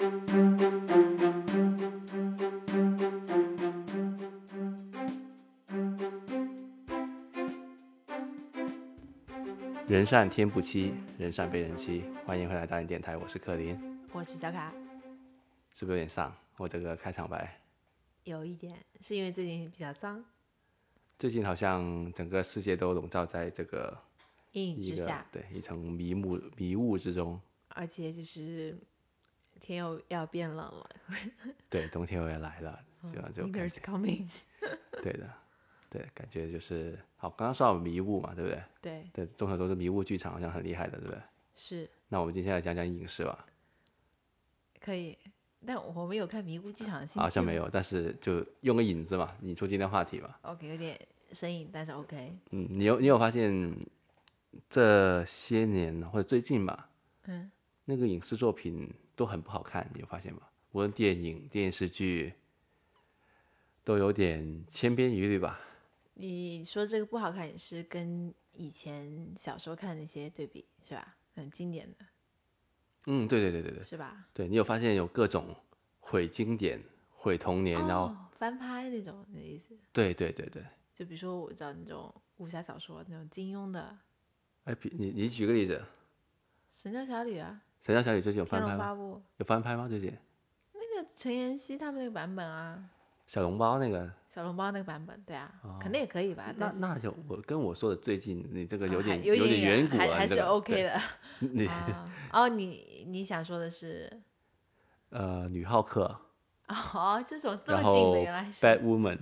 人善天不欺，人善被人欺。欢迎回来大连电台，我是克林。 我是小卡。 是不是有点丧？我这个开场白有一点，是因为最近比较脏， 最近好像整个世界都笼罩在这个阴影之下， 对，一层迷雾之中。 而且就是天又要变冷了。 对，冬天又要来了，希望就 Winter's coming。 对的，对，感觉就是好。刚刚说到迷雾嘛，对不对？ 对， 众所周知，迷雾剧场好像很厉害的，对不对？ 是。 那我们今天来讲讲影视吧。 可以，但我没有看迷雾剧场的新剧， 好像没有，但是就用个引子嘛，引出今天话题嘛。 OK， 有点生硬，但是 OK。 你有发现这些年或者最近吧，那个影视作品都很不好看，你有发现吗？无论电影、电视剧，都有点千篇一律吧。 你说这个不好看，也是跟以前小时候看的那些对比，是吧？很经典的。 对， 是吧？ 对，你有发现有各种毁经典、毁童年，然后翻拍那种的意思。 对， 就比如说我知道那种武侠小说，那种金庸的。 哎，你举个例子。 神雕侠侣啊。 神雕侠侣最近有翻拍天龙八吗？ 部有翻拍吗？最近那个陈妍希他们那个版本啊， 小笼包那个。 小笼包那个版本，对啊，肯定也可以吧。 那就跟我说的最近，你这个有点远远古了， 还是 OK 的。 你你想说的是女浩克， 这种这么然后近的原来是 Bad Woman，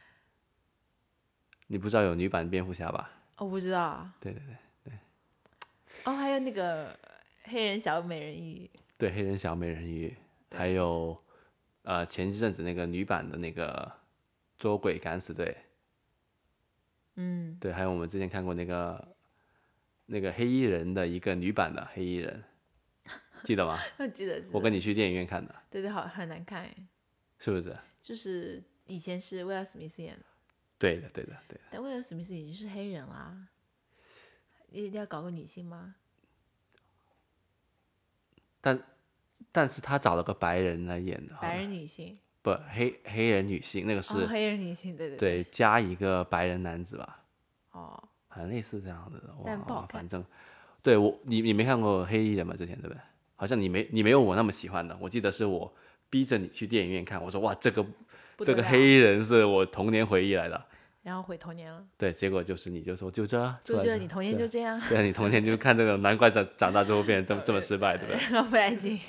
你不知道有女版蝙蝠侠吧？ 我不知道啊。 对， 还有那个黑人小美人鱼。 对，黑人小美人鱼，还有前一阵子那个女版的那个捉鬼敢死队，对，还有我们之前看过那个黑衣人的一个女版的黑衣人，记得吗？ 记得。 我跟你去电影院看的。 对，好很难看哎。 是不是？ 就是以前是威尔史密斯演的。 对的。 但威尔史密斯已经是黑人啦，一定要搞个女性吗？ 但是他找了个白人来演的， 白人女性。 不，黑人女性，那个是黑人女性， 对，加一个白人男子吧， 好像类似这样的。 但不好看。 反正对你没看过黑衣人吗？之前对不对？好像你没有我那么喜欢的。我记得是我逼着你去电影院看，我说哇，这个黑衣人是我童年回忆来的， 然后毁童年了。 对，结果就是你就说就你童年就这样。 对，你童年就看这个，难怪长大之后变成这么失败，对不对？ 浪费爱情。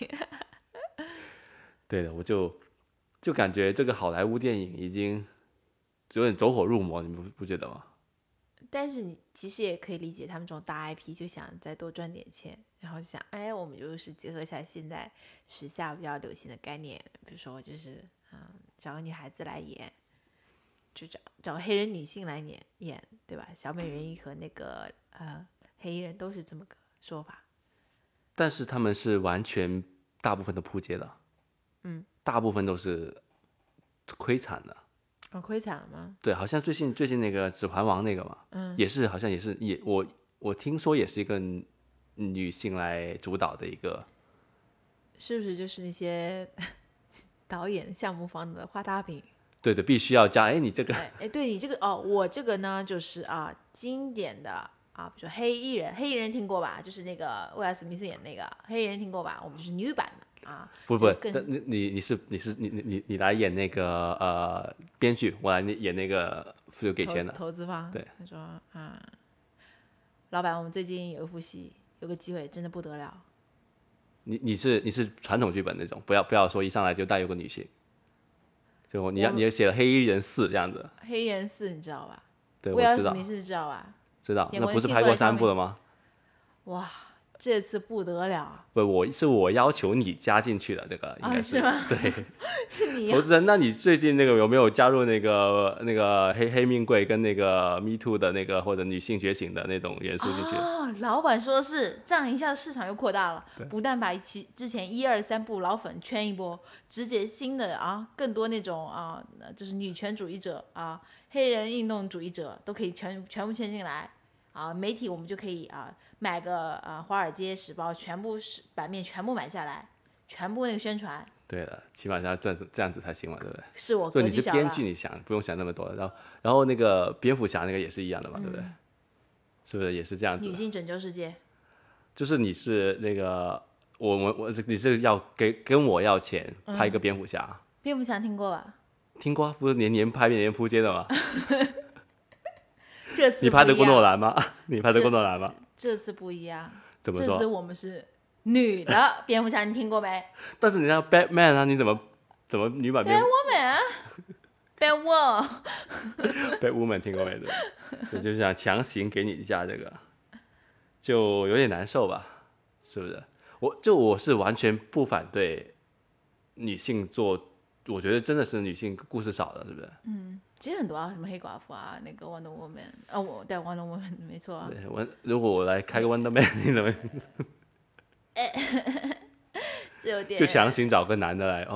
对的，我就感觉这个好莱坞电影已经有点走火入魔，你不觉得吗？ 但是你其实也可以理解他们这种大 IP 就想再多赚点钱，然后想我们就是结合一下现在时下比较流行的概念，比如说就是找个女孩子来演，就找个黑人女性来演，对吧？小美人鱼和那个黑衣人都是这么个说法。 但是他们是完全大部分都扑街的，大部分都是亏惨的。 亏惨了吗？ 对，好像最近那个《指环王》那个嘛，也是好像也是我听说也是一个女性来主导的一个， 是不是就是那些导演项目方的画大饼？ 对的，必须要加你这个对你这个我这个呢就是经典的比如说黑衣人听过吧？就是那个威尔史密斯演那个黑衣人听过吧？我们就是女版的。 不，你来演那个编剧，我来演那个负责给钱的投资方。 对， 他说老板，我们最近有一部戏，有个机会，真的不得了。 你是传统剧本那种，不要说一上来就带有个女性，就你写了黑衣人4这样子。 黑衣人4你知道吧？ 对， 威尔史我知道。 密斯知道吧？ 知道，那不是拍过3部了吗？ 哇！这次不得了！ 不，我要求你加进去的，这个应该是吗？ 对， 是你投资人。那你最近那个有没有加入那个黑命贵跟那个 Me Too 的那个或者女性觉醒的那种元素进去？ 老板说是这样，一下市场又扩大了，不但把之前1、2、3部老粉圈一波，直接新的更多那种就是女权主义者黑人运动主义者都可以全部圈进来。媒体我们就可以买个华尔街时报全部版面全部买下来， 全部那个宣传。 对了，起码要这样子才行嘛，对不对？ 是我所以你是编格局小了。 剧，你不用想那么多，然后那个蝙蝠侠那个也是一样的嘛，对不对？是不是也是这样子？ 女性拯救世界。 就是你是那个你是要跟我要钱拍一个蝙蝠侠？ 蝙蝠侠听过吧？ 听过啊，不是年年拍年年扑街的吗？ 这次你拍的不一样过诺兰吗？你拍的过诺兰吗？ 这次不一样。 怎么这次说？ 我们是女的蝙蝠侠，你听过没但是人家 Batman 啊，你怎么女版蝙蝠 ？Batwoman 啊 Batwoman 听过没？对，就是想强行给你一下这个，就有点难受吧？是不是？我是完全不反对女性做，我觉得真的是女性故事少的，是不是？ 其实很多啊，什么黑寡妇啊，那个 Wonder Woman， 我对 Wonder Woman 没错啊。 对，如果我来开个 Wonder Man，你怎么这有点就强行找个男的来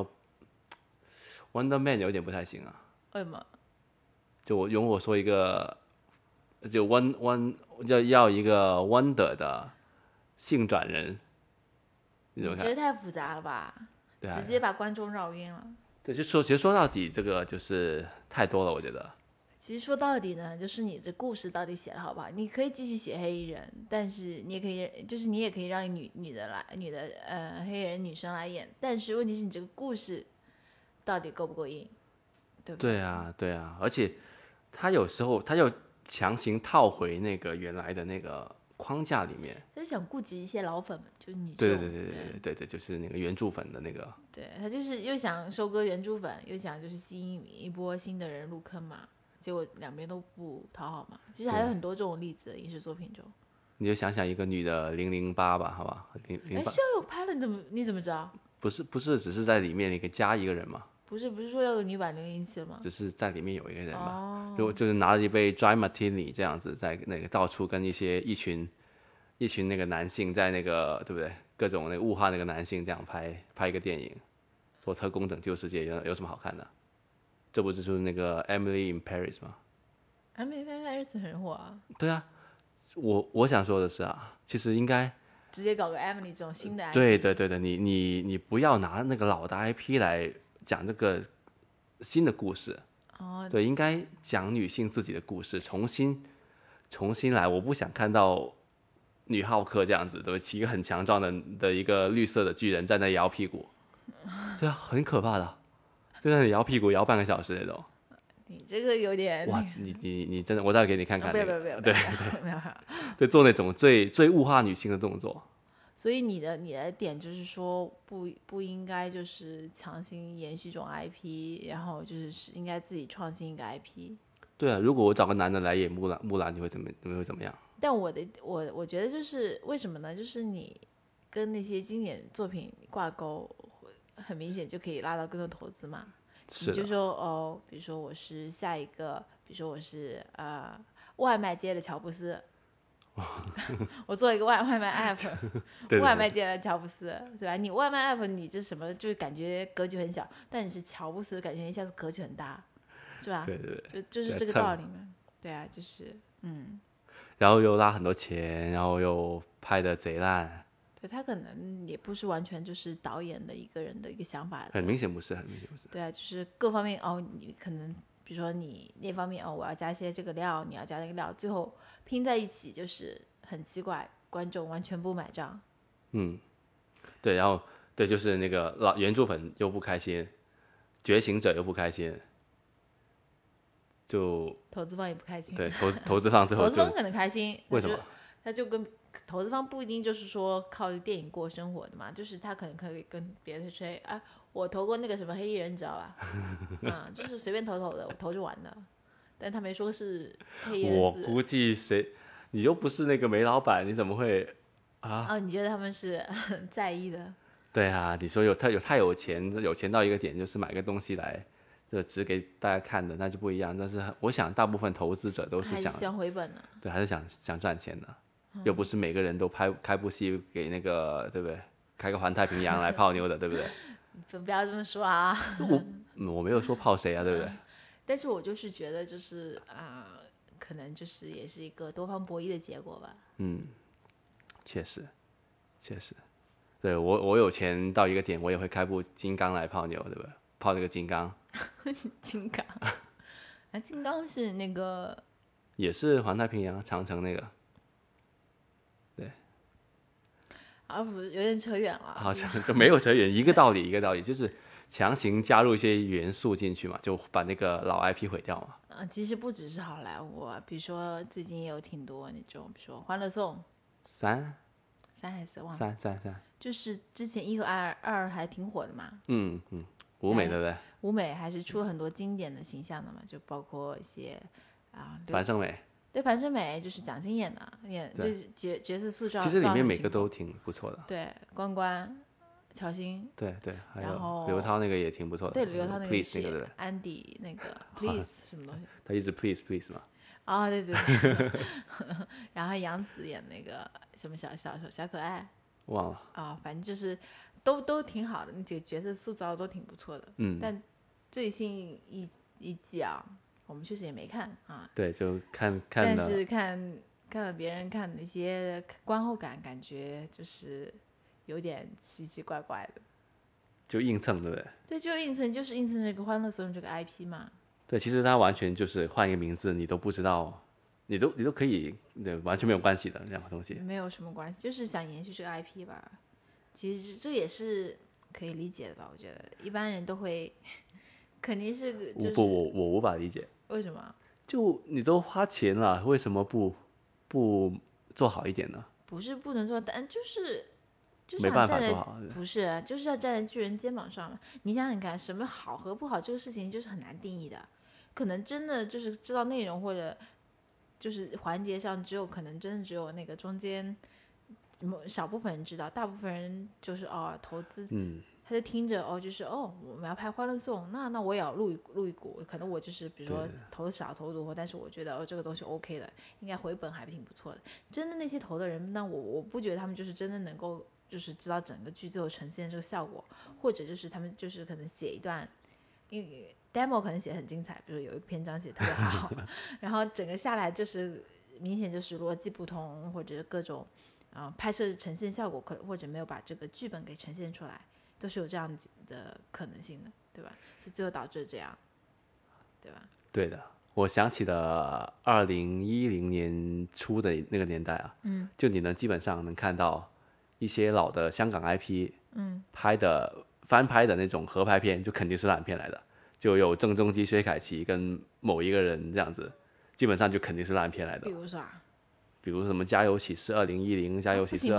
？Wonder Man 有点不太行啊。 为什么？ 就我说一个，就要一个 Wonder 的性转人，你怎么看？ 觉得太复杂了吧？ 对啊， 直接把观众绕晕了。 对，其实说到底，这个就是太多了，我觉得。 其实说到底呢，就是你这故事到底写的好不好？你可以继续写黑衣人，但是你也可以让女的黑人女生来演，但是问题是你这个故事到底够不够硬，对不对？ 对啊，而且他有时候他又强行套回那个原来的那个框架里面。 他就想顾及一些老粉们，就是女对对， 就是那个原著粉的那个。 对，他就是又想收割原著粉，又想就是吸引一波新的人入坑嘛，结果两边都不讨好嘛。其实还有很多这种例子的影视作品中。 你就想想一个女的008吧，好吧，008。 是要有拍了，你怎么知道？ 不是，只是在里面你可以加一个人嘛？ 不是说要有女版007吗？ 只是在里面有一个人嘛。如果就是拿着一杯 dry martini 这样子，在那个到处跟一群那个男性在那个对不对？各种那个物化那个男性这样拍一个电影，做特工拯救世界，有什么好看的？这不就是那个 Emily in Paris 吗？ Emily in Paris 很火啊。 对啊，我想说的是啊，其实应该直接搞个 Emily 这种新的 IP。 对，你不要拿那个老的 IP 来讲这个新的故事。对，应该讲女性自己的故事，重新来。我不想看到女浩克这样子，对，骑一个很强壮的一个绿色的巨人在那摇屁股，对啊，很可怕的，就在那里摇屁股摇半个小时那种。 你这个有点哇，你真的，我待会给你看看那个， 不要， 对，做那种最物化女性的动作。 所以你的点就是说不应该就是强行延续这种 IP， 然后就是应该自己创新一个 IP。 对啊，如果我找个男的来演木兰，你会怎么样？ 但我觉得就是为什么呢？就是你跟那些经典作品挂钩，很明显就可以拉到更多投资嘛。你就说比如说我是下一个，比如说我是外卖街的乔布斯。我做一个外卖 app， 对外卖界的乔布斯，对吧？你外卖 app 你这什么，就是感觉格局很小，但你是乔布斯，感觉一下子格局很大，是吧？ 对， 就是这个道理嘛。对啊，就是然后又拉很多钱，然后又拍的贼烂。 对，他可能也不是完全就是导演的一个人的一个想法。 很明显不是。 对啊，就是各方面你可能比如说你那方面我要加一些这个料，你要加那个料，最后拼在一起就是很奇怪，观众完全不买账。 对，然后对，就是那个原著粉又不开心，觉醒者又不开心，就投资方也不开心。 对，投资方最后投资方可能开心， 为什么？ 他就跟投资方不一定就是说靠电影过生活的嘛，就是他可能可以跟别人吹我投过那个什么黑衣人，你知道吧？就是随便投的，我投就完了。但他没说是黑衣人。 我估计你又不是那个煤老板，你怎么会你觉得他们是很在意的？ 对啊，你说太有钱到一个点，就是买个东西来只给大家看的，那就不一样。但是我想大部分投资者都是想回本的。 对，还是想赚钱的。又不是每个人都开部戏给那个，对不对？开个环太平洋来泡妞的，对不对？ 不要这么说啊！ 我没有说泡谁啊，对不对？ 但是我就是觉得，就是可能就是也是一个多方博弈的结果吧。 确实。 对我有钱到一个点，我也会开部金刚来泡妞，对不对？泡那个金刚。 金刚，金刚是那个也是环太平洋长城那个。 不是有点扯远了， 好像都没有扯远，一个道理，就是强行加入一些元素进去嘛，就把那个老 IP 毁掉嘛。 其实不只是好莱坞啊，比如说最近也有挺多那种，比如说《欢乐颂》 三还是忘了， 三， 就是之前1和2还挺火的嘛。 舞美对不对？ 舞美还是出了很多经典的形象的嘛，就包括一些樊胜美。 对，樊胜美就是蒋欣演的，就是角色塑造。 其实里面每个都挺不错的。 对，关关、乔欣， 对，还然后有刘涛那个也挺不错的。 对，刘涛那个是安迪那个 Please 什么东西？ 他一直 Please 嘛。 对。然后杨紫演那个什么小可爱， 忘了。 反正就是都挺好的，那几个角色塑造都挺不错的。但最新一季啊，我们确实也没看啊。 对，就看但是看了别人看那些观后感，感觉就是有点奇奇怪怪的。 就硬蹭，对不对？ 对，就硬蹭这个《欢乐颂》这个 IP 嘛。 对，其实它完全就是换一个名字，你都不知道，你都可以，对，完全没有关系的两个东西。 没有什么关系，就是想延续这个 IP 吧。其实这也是可以理解的吧？我觉得一般人都会，肯定是就是我无法理解。 为什么？ 就你都花钱了，为什么不做好一点呢？ 不是不能做，但就是没办法做好。 不是，就是要站在巨人肩膀上嘛。你想想看，什么好和不好这个事情就是很难定义的，可能真的就是知道内容或者就是环节上可能真的只有那个中间少部分人知道，大部分人就是投资，他就听着就是我们要拍《欢乐颂》，那我也要录一股，可能我就是比如说投少投多，但是我觉得这个东西 OK 的，应该回本还挺不错的。真的那些投的人，那我不觉得他们就是真的能够就是知道整个剧最后呈现这个效果，或者就是他们就是可能写一段，因为 demo 可能写得很精彩，比如有一个篇章写得特别好，然后整个下来就是明显就是逻辑不同，或者各种拍摄呈现效果或者没有把这个剧本给呈现出来，都是有这样的可能性的，对吧？所以最后导致这样，对吧？ 对的，我想起了2010年初的那个年代啊，就你基本上能看到一些老的香港 IP，翻拍的那种合拍片，就肯定是烂片来的，就有郑中基、薛凯琪跟某一个人这样子，基本上就肯定是烂片来的。比如什么《家有喜事2010》《家有喜事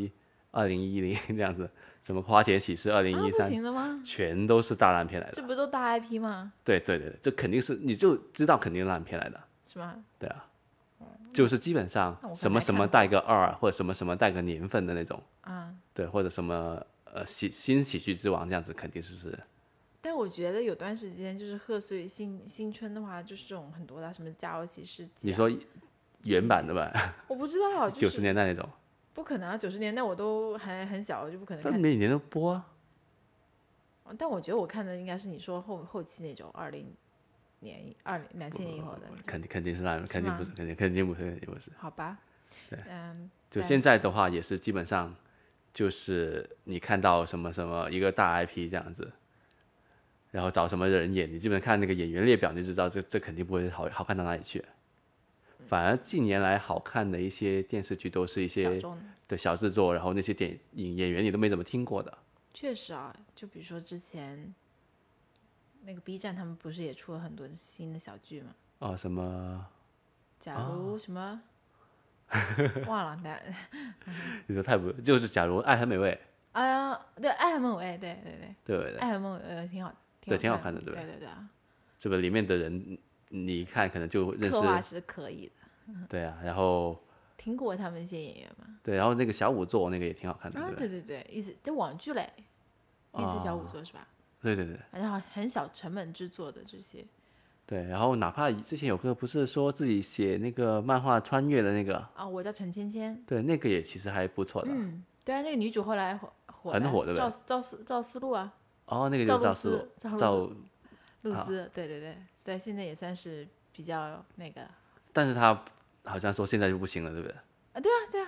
2011》2010这样子，什么《花田喜事2013》 不行的吗？ 全都是大烂片来的。 这不都大 IP 吗？ 对，这肯定是，你就知道肯定是烂片来的， 是吗？ 对啊，就是基本上什么什么带个2，或者什么什么带个年份的那种，对，或者什么新喜剧之王这样子，肯定是。 但我觉得有段时间就是贺岁新春的话，就是这种很多的什么家有喜事， 你说原版的吧？ 我不知道，就是、 90年代那种。 不可能啊！90年代我都还很小，我就不可能看。 但每年都播啊。 但我觉得我看的应该是你说后期那种2000年以后的。 肯定是烂，肯定不是，肯定不是。 好吧。 对。就现在的话，也是基本上就是你看到什么什么一个大 IP 这样子，然后找什么人演，你基本上看那个演员列表，你就知道这肯定不会好看到哪里去。反而近年来好看的一些电视剧都是一些小制作，然后那些演员你都没怎么听过的。 确实啊，就比如说之前那个 B 站他们不是也出了很多新的小剧吗？ 什么？ 假如什么？忘了， 你说太不就是假如爱很美味。 对，爱很美味，对，爱很美味挺好， 挺好看的，对对啊。 这个里面的人，你一看可能就认识。 刻画是可以的。 对啊，然后听过他们一些演员吗？ 对，然后那个小仵作那个也挺好看的。 对，意思这网剧嘞，意思小仵作是吧？ 对， 然后很小成本制作的这些。 对，然后哪怕之前有个不是说自己写那个漫画穿越的那个我叫陈芊芊。 对，那个也其实还不错的。 对啊，那个女主后来很火，对不对？赵思路啊。 那个就是赵露思，对，现在也算是比较那个。 但是他好像说现在就不行了，对不对？ 对啊，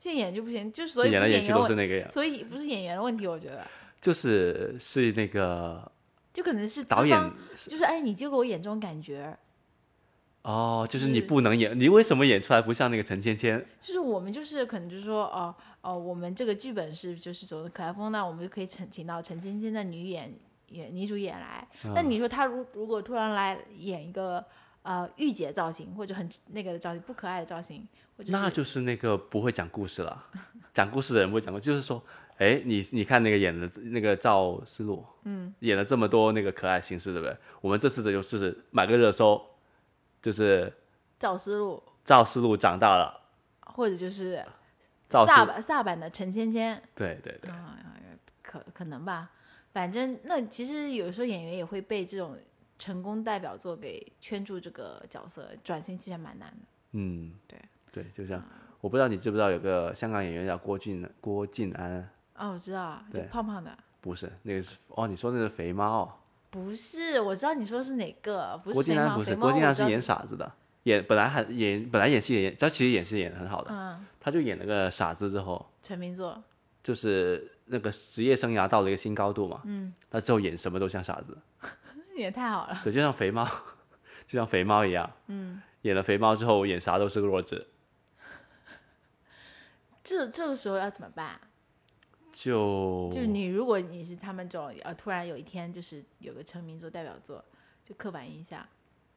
现在演就不行，就所以演来演去都是那个样， 所以不是演员的问题，我觉得就是那个就可能是导演， 就是哎，你就给我演这种感觉。 哦，就是你不能演，你为什么演出来不像那个陈芊芊？ 就是我们就是可能就是说我们这个剧本是就是走的可爱风，那我们就可以请到陈芊芊的女主演来。那你说他如果突然来演一个御姐造型或者很那个的造型，不可爱的造型， 那就是那个不会讲故事了。讲故事的人不会讲故事，就是说，哎，你看那个演的那个赵思路，演了这么多那个可爱形式，对不对？我们这次的就是买个热搜。就是赵思路长大了， 或者就是萨版的陈芊芊， 对对对， 可能吧。反正那其实有时候演员也会被这种成功代表作给圈住这个角色，转型其实还蛮难的。 对，就像我不知道你知不知道有个香港演员叫郭晋安。 我知道啊，就胖胖的。 不是那个是你说那个肥猫。 不是，我知道你说是哪个，不是郭晋安，不是郭晋安是演傻子的，本来演戏他其实演戏演得很好的，他就演了个傻子之后成名作， 就是那个职业生涯到了一个新高度嘛，他之后演什么都像傻子， 也太好了， 对，就像肥猫一样，演了肥猫之后演啥都是个弱智， 这个时候要怎么办？ 就是你，如果你是他们这种突然有一天就是有个成名作代表作，就刻板印象，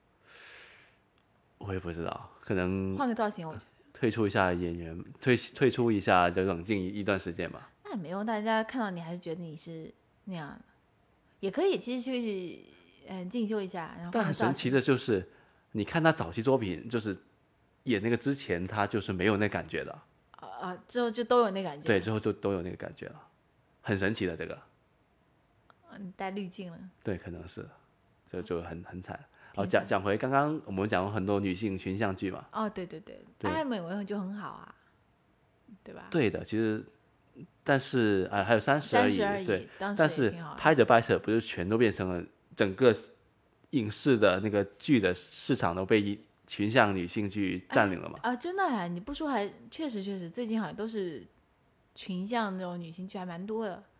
我也不知道，可能换个造型，我觉得退出一下演员，退出一下就冷静一段时间吧。 那也没用，大家看到你还是觉得你是那样的，也可以，其实就是进修一下，然后。 但很神奇的就是，你看他早期作品，就是演那个之前，他就是没有那感觉的。 之后就都有那感觉。 对，之后就都有那个感觉了，很神奇的这个。 带滤镜了。 对，可能是，就很惨。然后讲回刚刚我们讲过很多女性群像剧嘛。 对，艾美文就很好啊，对吧？ 对的，其实，但是还有30而已，对，但是拍着不是全都变成了整个影视的那个剧的市场都被群像女性剧占领了嘛？ 真的还你不说还确实，最近好像都是群像那种女性剧还蛮多的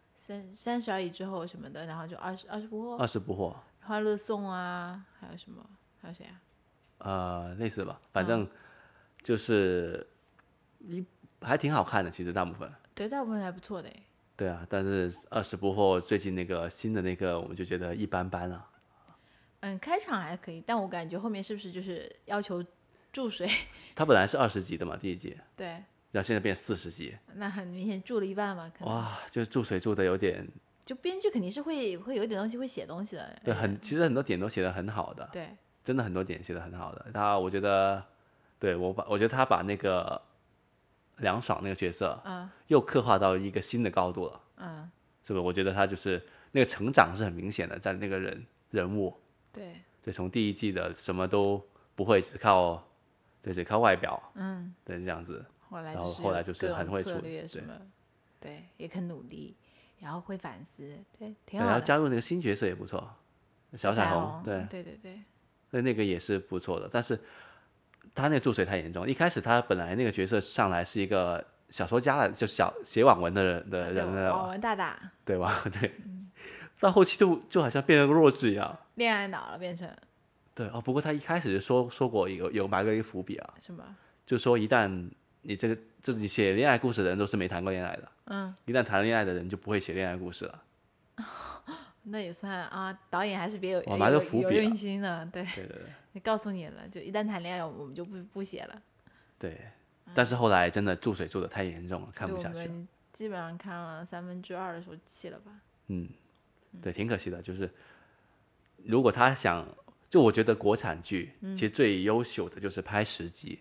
，30而已之后什么的，然后就二十不惑，欢乐颂啊，还有什么？还有谁啊？类似吧，反正就是还挺好看的，其实大部分。 对，大部分还不错的。 对啊，但是20不惑最近那个新的那个，我们就觉得一般般了。 开场还可以，但我感觉后面是不是就是要求注水？ 它本来是20集的嘛，第1季。 对。 然后现在变40集。 那很明显注了一半嘛，可能。 哇，就是注水注的有点。 就编剧肯定是会有一点东西会写东西的。 对，其实很多点都写得很好的。 对。 真的很多点写得很好的。我觉得，对我觉得他把那个梁爽那个角色，又刻画到一个新的高度了。是不是？我觉得他就是那个成长是很明显的，在那个人物。对，从第1季的什么都不会，只靠外表，对，这样子。然后后来就是很会处理， 对，也很努力，然后会反思，对，挺好的。 然后加入那个新角色也不错，小彩虹，对，所以那个也是不错的。但是他那个注水太严重，一开始他本来那个角色上来是一个小说家就写网文的人网文大大， 对吧？对。到后期就好像变成个弱智一样， 恋爱脑了变成。 对不过他一开始就说过有埋过一个伏笔啊， 什么？ 就说一旦你就是你写恋爱故事的人都是没谈过恋爱的，一旦谈恋爱的人就不会写恋爱故事了。 那也算啊，导演还是别有用心的，对，你告诉你了，就一旦谈恋爱我们就不写了。 对，但是后来真的注水注的太严重了，看不下去了。 我们基本上看了2/3的时候弃了吧。 对，挺可惜的。就是如果他想，就我觉得国产剧其实最优秀的就是拍10集，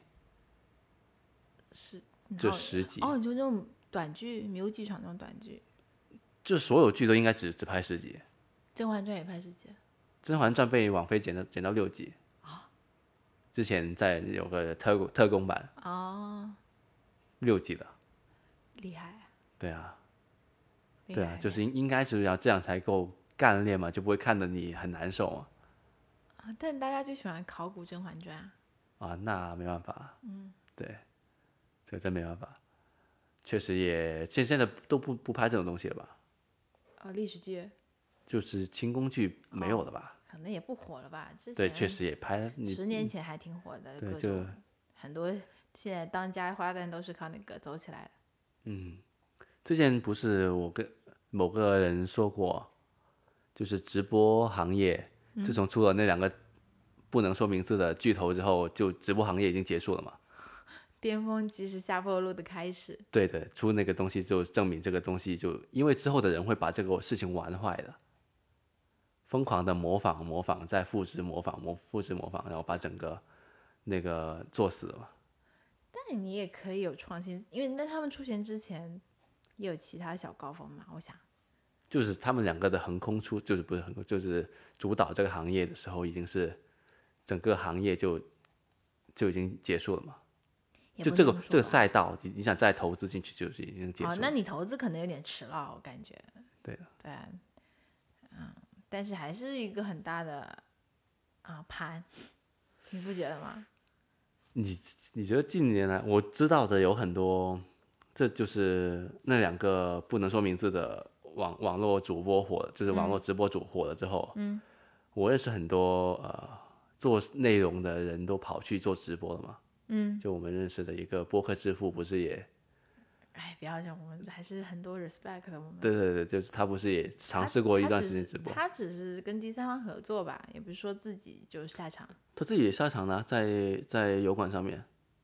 就10集。 你说这种短剧，迷雾剧场这种短剧， 就所有剧都应该只拍10集。 甄嬛传也拍10集。 甄嬛传被网飞剪到6集。之前在有个特供版。6集的。 厉害。 对啊。对啊，就是应该是要这样才够干练嘛，就不会看得你很难受嘛。 但大家就喜欢考古《甄嬛传》 那没办法。对，这个真没办法。 确实也现在都不拍这种东西了吧？ 历史剧就是清宫剧没有了吧？ 可能也不火了吧？之对， 前确实也拍了。 10年前还挺火的， 对， 各种很多现在当家花旦都是靠那个走起来的。 之前不是我跟某个人说过，就是直播行业自从出了那2个不能说名字的巨头之后，就直播行业已经结束了嘛。 巅峰即是下坡路的开始。 对的，出那个东西就证明这个东西就因为之后的人会把这个事情玩坏的，疯狂的模仿，再复制模仿，复制模仿，然后把整个那个做死了嘛。 但你也可以有创新，因为在他们出现之前也有其他小高峰嘛，我想。 就是他们2个的横空出，就是不是横空，就是主导这个行业的时候，已经是整个行业就已经结束了嘛。就这个赛道，你想再投资进去，就是已经结束了。 那你投资可能有点迟了，我感觉。 对的。 对，但是还是一个很大的盘，你不觉得吗？ 你觉得近年来我知道的有很多，这就是那2个不能说名字的网络主播火了，就是网络直播主火了之后，我认识很多做内容的人都跑去做直播了嘛。就我们认识的一个播客之父，不是也？ 不要讲，我们还是很多 respect 的。我们对，就是他不是也尝试过一段时间直播？ 他只是跟第三方合作吧，也不是说自己就下场。 他自己也下场呢，在油管上面，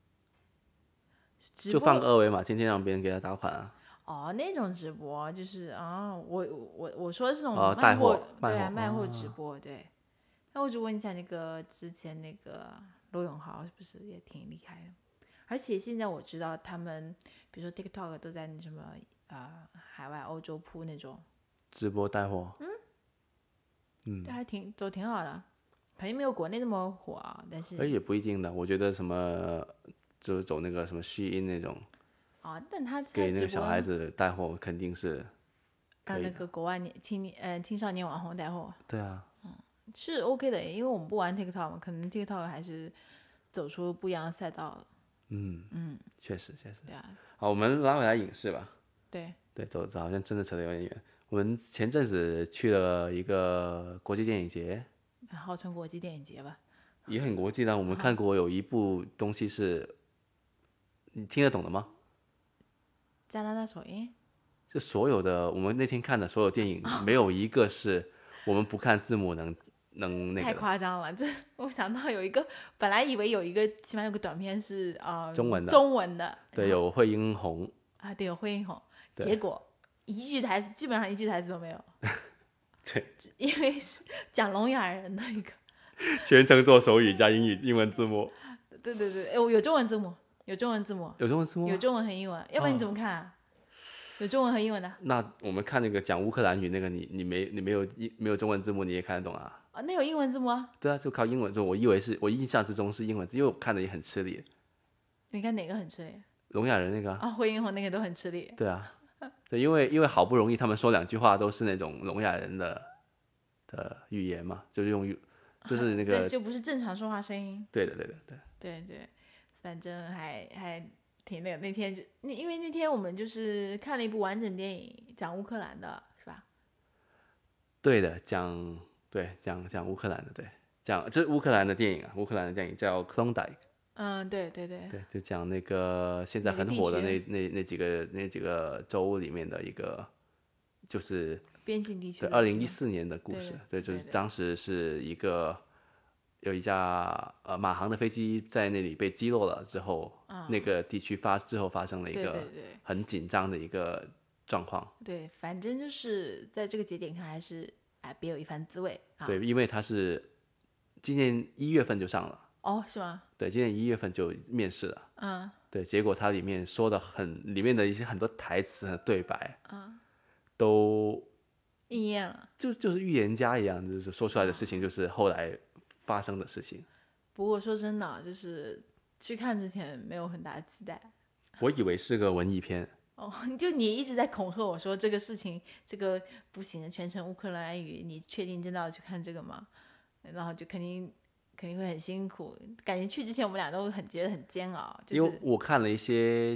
就放个2维码，天天让别人给他打款啊。 那种直播就是我说的是这种带货， 对啊，卖货直播，对。那我只问一下，那个之前那个罗永浩是不是也挺厉害的？而且现在我知道他们，比如说 TikTok 都在那什么海外欧洲铺那种直播带货， 这还走挺好的，肯定没有国内那么火啊。但是也不一定的，我觉得什么就走那个什么Shein那种但他给那个小孩子带货肯定是那个国外青少年网红带货， 对啊， 是 OK 的，因为我们不玩 TikTok 嘛，可能 TikTok 还是走出不一样的赛道了。 确实。 对啊。 好，我们拉回来影视吧。 对， 走好像真的扯得有点远。我们前阵子去了一个国际电影节， 号称国际电影节吧， 也很国际的。我们看过有一部东西是，你听得懂的吗？ 加拿大首映。 就所有的我们那天看的所有电影，没有一个是我们不看字幕能那个。 太夸张了，就是我想到有一个，本来以为有一个起码有个短片是中文的， 对，有惠英红对，有惠英红，结果基本上一句台词都没有。 对， 因为是讲聋哑人的一个， 全程做手语加英文字幕。 对，有中文字幕，有中文和英文，要不然你怎么看啊？有中文和英文的。 那我们看那个讲乌克兰语那个，你没有中文字幕，你也看得懂啊？ 那有英文字幕啊？ 对啊，就靠英文字。我印象之中是英文字，因为我看的也很吃力。 你看哪个很吃力？ 聋哑人那个惠英红那个都很吃力。 对啊，对，因为好不容易他们说2句话都是那种聋哑人的语言嘛，就是就是那个， 但是又不是正常说话声音。 对， 反正还挺那个。那天因为那天我们就是看了一部完整电影，讲乌克兰的，是吧？ 对的，讲乌克兰的，对，这是乌克兰的电影啊，乌克兰的电影叫《Klondike》。 对， 就讲那个现在很火的那几个州里面的一个，就是边境地区的 2014年的故事。对，就是当时是有一架马航的飞机在那里被击落了之后，那个地区发生了一个很紧张的一个状况。 对，反正就是在这个节点看还是别有一番滋味对，因为它是今年1月份就上了。 是吗？ 对，今年1月份就面试了。对，结果它里面说的里面的一些很多台词和对白，都应验了， 就是预言家一样，就是说出来的事情就是后来发生的事情。 不过说真的，就是去看之前没有很大的期待。 我以为是个文艺片。 就你一直在恐吓我说这个事情这个不行的，全程乌克兰语，你确定真的要去看这个吗？然后就肯定会很辛苦，感觉去之前我们俩都觉得很煎熬。 因为我看了一些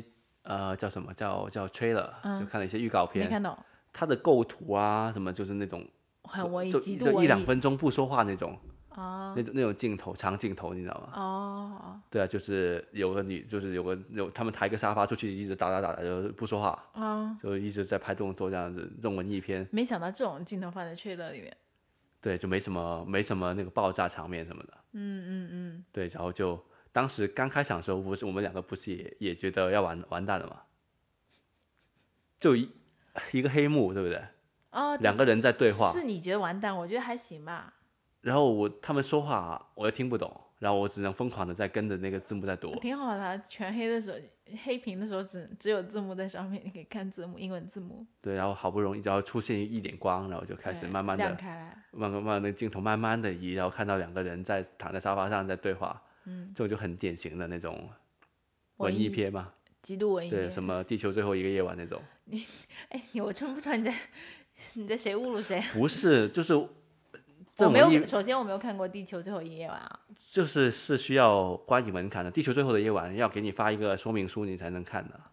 叫什么叫 trailer，就看了一些预告片， 没看懂。 它的构图啊什么，就是那种很文艺，极度就文艺 1-2分钟不说话那种， 哦， 那种镜头长镜头，你知道吗？ 哦， 对啊，就是有个就是他们抬个沙发出去，一直打就不说话，就一直在拍动作这样子，这种文艺片。 没想到这种镜头放在 trailer 里面。 对，就没什么那个爆炸场面什么的。对，然后就当时刚开场的时候，不是我们2个不是也觉得要完蛋了嘛？就一个黑幕，对不对？ 哦 ，2个人在对话。 是你觉得完蛋，我觉得还行吧。 然后他们说话我又听不懂，然后我只能疯狂的在跟着那个字幕在读。 挺好的，全黑的时候，黑屏的时候只有字幕在上面，你可以看字幕，英文字幕。 对，然后好不容易然后出现一点光，然后就开始慢慢的亮开来， 慢慢那个镜头慢慢的移，然后看到2个人躺在沙发上在对话。这种就很典型的那种文艺片嘛， 极度文艺片。 对，什么地球最后一个夜晚那种。 我真不知道你在谁侮辱谁。 不是，就是首先我没有看过《地球最后一个夜晚》啊， 是需要观影门槛的，《地球最后的夜晚》要给你发一个说明书你才能看的。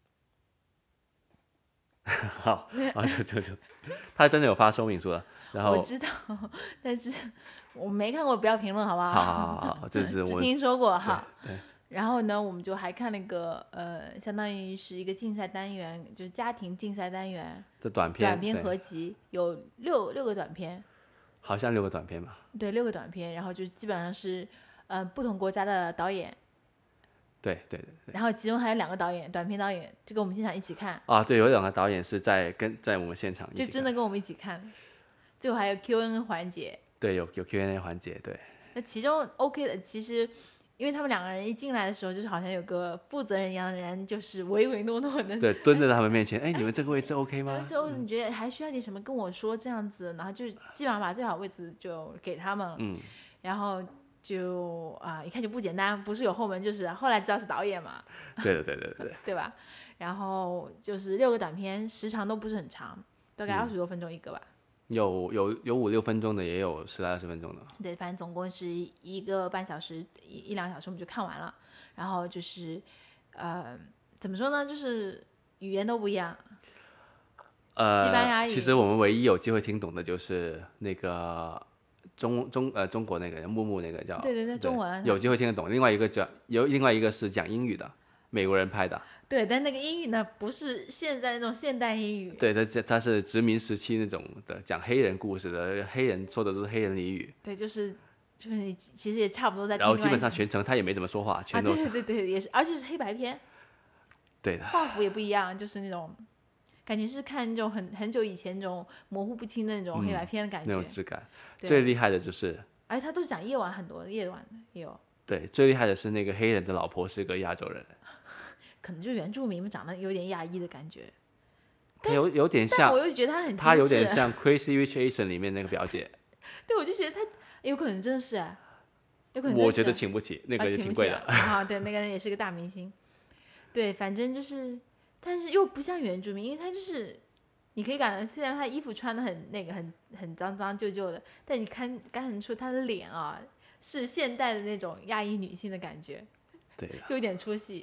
好，就他真的有发说明书的，然后我知道，但是我没看过，不要评论好不好？ 好，就是只听说过哈。 对。 然后呢，我们就还看那个相当于是一个竞赛单元，就是家庭竞赛单元的短片合集，有六个短片， 好像6个短片吧。 对，6个短片，然后就基本上是不同国家的导演。 对， 然后其中还有2个导演，短片导演，就跟我们现场一起看啊。对，有2个导演是在我们现场一起看， 就真的跟我们一起看。最后还有 Q&A 环节， 对，有 Q&A 环节，对。 那其中 OK 的，其实因为他们2个人一进来的时候，就是好像有个负责人一样的人，就是唯唯诺诺的， 对，蹲在他们面前，你们这个位置 OK 吗？ 就你觉得还需要点什么跟我说这样子，然后就基本上把最好位置就给他们了。然后就一看就不简单，不是有后门就是后来知道是导演嘛。 对， 对吧？然后就是6个短片，时长都不是很长，大概20多分钟一个吧。 有5-6分钟的，也有10来20分钟的。 对，反正总共是1个半小时1-2小时我们就看完了。然后就是怎么说呢，就是语言都不一样。西班牙语。 其实我们唯一有机会听懂的就是那个中国那个木木那个叫对中文有机会听得懂。另外一个是讲英语的，美国人拍的。 对，但那个英语呢，不是现在那种现代英语。 对，他是殖民时期那种的，讲黑人故事的，黑人说的都是黑人俚语。 对，就是你其实也差不多在听。 然后基本上全程他也没怎么说话，全都是。 对，也是，而且是黑白片。 对的。 画幅也不一样，就是那种感觉是看那种很久以前那种模糊不清的那种黑白片的感觉。 那种质感。最厉害的就是， 而且他都是讲夜晚，很多夜晚的也有。 对，最厉害的是那个黑人的老婆是个亚洲人。 可能就原住民长得有点亚裔的感觉， 他有点像， 但我又觉得他很精致， 他有点像《Crazy Rich Asian》里面那个表姐。 对，我就觉得他有可能真的是，有可能我觉得请不起，那个也挺贵的啊。对，那个人也是个大明星。对，反正就是，但是又不像原住民，因为他就是你可以感觉，虽然他衣服穿的很脏脏旧旧的，但你看出他的脸啊是现代的那种亚裔女性的感觉， 对， 就有点出戏。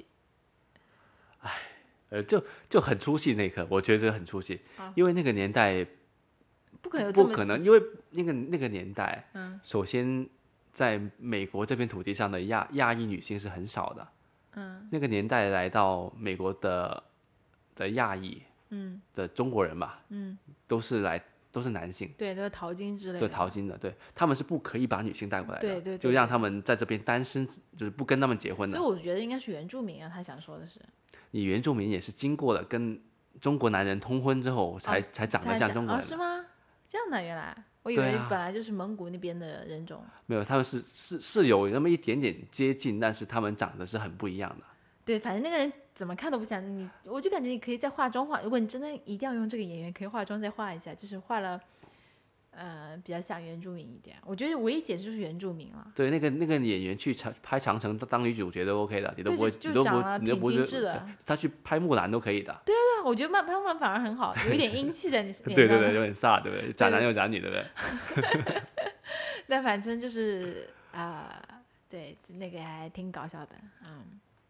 就很出戏那一刻，我觉得很出戏，因为那个年代不可能，因为那个年代，首先在美国这片土地上的亚裔女性是很少的，那个年代来到美国的亚裔，的中国人吧，都是男性， 对，都是淘金之类的， 对，淘金的，对，他们是不可以把女性带过来的， 对， 就让他们在这边单身，就是不跟他们结婚的。 所以我觉得应该是原住民啊，他想说的是。 你原住民也是经过了跟中国男人通婚之后才长得像中国人是吗？这样的，原来我以为本来就是蒙古那边的人种。 没有，他们是有那么一点点接近，但是他们长得是很不一样的。 对，反正那个人怎么看都不像你，我就感觉你可以再化妆如果你真的一定要用这个演员，可以化妆再画一下，就是画了。比较像原住民一点，我觉得唯一解释就是原住民了。 对，那个演员去拍长城当女主角都 OK 的，你都不会，你都不会，他去拍木兰都可以的。 对，我觉得拍木兰反而很好，有一点阴气的。 对，有点飒，对不对？斩男又斩女，对不对？ 但反正就是对，那个还挺搞笑的，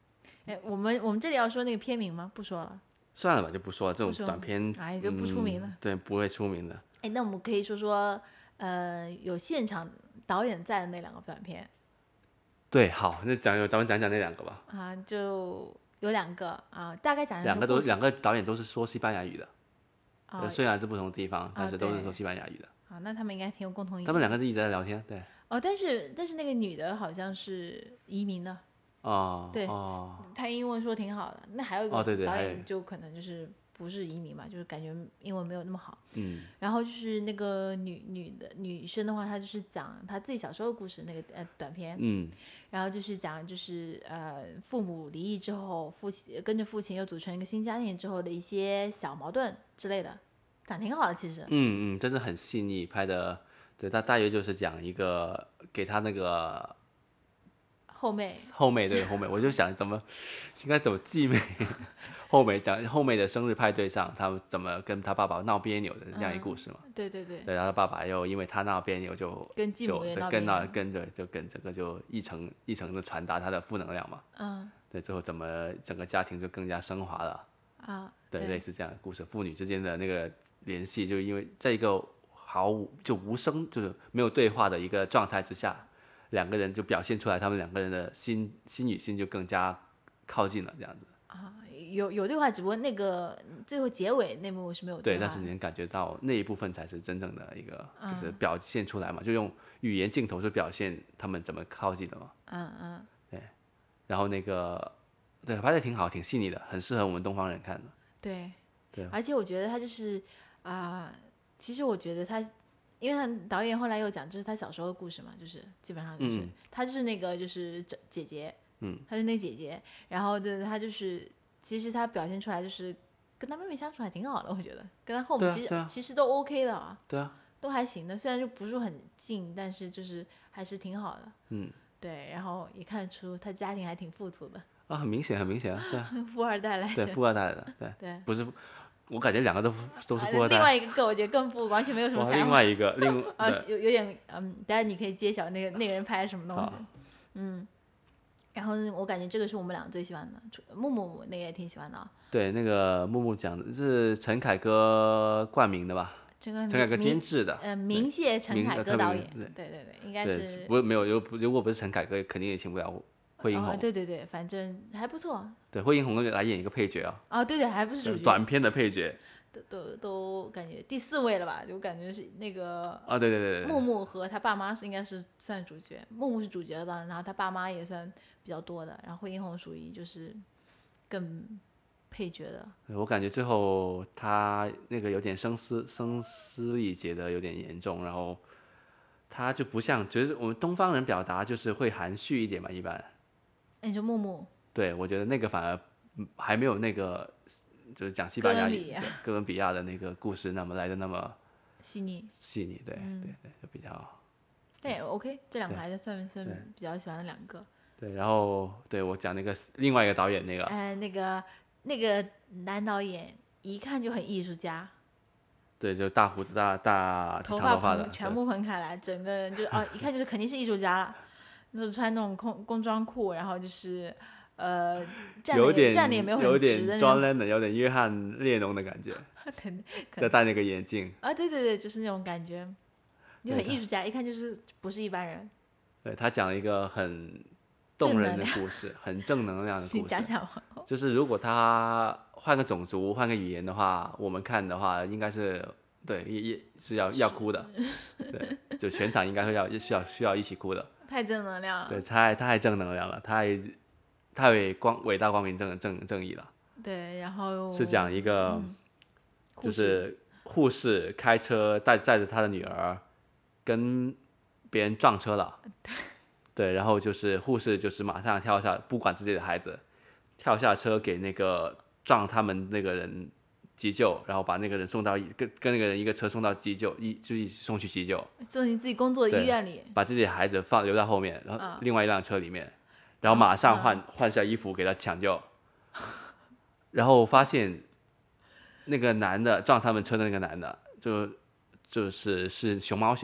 哎，我们这里要说那个片名吗？不说了， 算了吧，就不说了。这种短片， 哎，就不出名了。 对，不会出名的。 哎，那我们可以说说，有现场导演在的那2个短片。 对，好，那咱们讲讲那2个吧。 啊，就有2个啊，大概讲一下。 两个导演都是说西班牙语的，虽然是不同的地方，但是都是说西班牙语的。 啊，那他们应该挺有共同语言。 他们2个是一直在聊天，对。 哦，但是那个女的好像是移民的。 哦， 对，她英文说挺好的。那还有一个导演就可能就是不是移民嘛，就是感觉英文没有那么好。然后就是那个女生的话，她就是讲她自己小时候的故事，那个短片。然后就是讲就是父母离异之后，跟着父亲又组成一个新家庭之后的一些小矛盾之类的，讲挺好的其实。 真的很细腻拍的。对，他大约就是讲一个给他那个后妹，我就想应该怎么继妹后妹讲后妹的生日派对上，他们怎么跟他爸爸闹别扭的这样一故事嘛。 对， 然后他爸爸又因为他闹别扭就跟继母也闹别扭， 跟整个就一层一层的传达他的负能量嘛。对，最后怎么整个家庭就更加升华了啊？对，类似这样的故事，父女之间的那个联系，就因为在一个无声，就是没有对话的一个状态之下，2个人就表现出来他们2个人的心与心就更加靠近了，这样子啊。有对话，只不过那个最后结尾那幕是没有对话。 对，但是你能感觉到那一部分才是真正的一个，就是表现出来嘛，就用语言镜头去表现他们怎么靠近的嘛。对，然后那个对拍的挺好，挺细腻的，很适合我们东方人看的。 对，而且我觉得他就是其实我觉得他，因为他导演后来又讲，这是他小时候的故事嘛，就是基本上就是他就是那个就是姐姐，他是那个姐姐，然后对他就是其实他表现出来就是跟他妹妹相处还挺好的，我觉得跟他后母其实都 OK 的啊， 对啊， 都还行的，虽然就不是很近，但是就是还是挺好的。对，然后也看得出他家庭还挺富足的啊，很明显啊，对啊， 富二代来着， 对，富二代的，对，不是。我感觉2个都是富二代。 另外一个我觉得更完全没有什么才华。 另外一个有点等下你可以揭晓那个人拍什么东西。然后我感觉这个是我们2个最喜欢的，木木那个也挺喜欢的啊。 对，那个木木讲的是陈凯歌冠名的吧？陈凯歌监制的。 明谢陈凯歌导演。对，应该是。 没有，如果不是陈凯歌，肯定也请不了惠英红。 对，反正还不错。 对，惠英红来演一个配角啊。 对，还不是主角。 短片的配角。 都感觉第4位了吧？就感觉是那个对。 木木和他爸妈应该是算主角，木木是主角的，然后他爸妈也算比较多的，然后惠英红属于就是更配角的。 我感觉最后他那个有点声嘶力竭的有点严重，然后他就不像，觉得我们东方人表达就是会含蓄一点嘛，一般。 你说木木？ 对，我觉得那个反而还没有那个。就是讲西班牙语哥伦比亚的那个故事，那么来的那么细腻，对，就比较。 对 ，OK， 这2个还是算比较喜欢的2个。 对，然后对我讲那个另外一个导演那个， 那个男导演一看就很艺术家。 对，就大胡子长头发的， 全部蓬开来，整个人就一看就是肯定是艺术家了，就是穿那种工装裤，然后就是。站的也没有很直的那种， 有点 John Lennon， 有点约翰列侬的感觉，再戴那个眼镜对，就是那种感觉，就很艺术家，一看就是不是一般人。 对，他讲了一个很动人的故事，很正能量的故事。 你讲讲就是如果他换个种族、换个语言的话，我们看的话，应该是对，也是要哭的，对，就全场应该会需要一起哭的。 太正能量了。 对，太正能量了，太伟大光明正义了。 对，然后是讲一个就是护士开车载着他的女儿跟别人撞车了。对，然后就是护士就是马上跳下，不管自己的孩子，跳下车给那个撞他们那个人急救，然后把那个人送到跟那个人一个车送到急救，一起送去急救， 送进自己工作的医院里， 把自己的孩子留在后面，然后另外一辆车里面。然后马上换下衣服给他抢救，然后发现那个男的撞他们车的那个男的，就是熊猫血，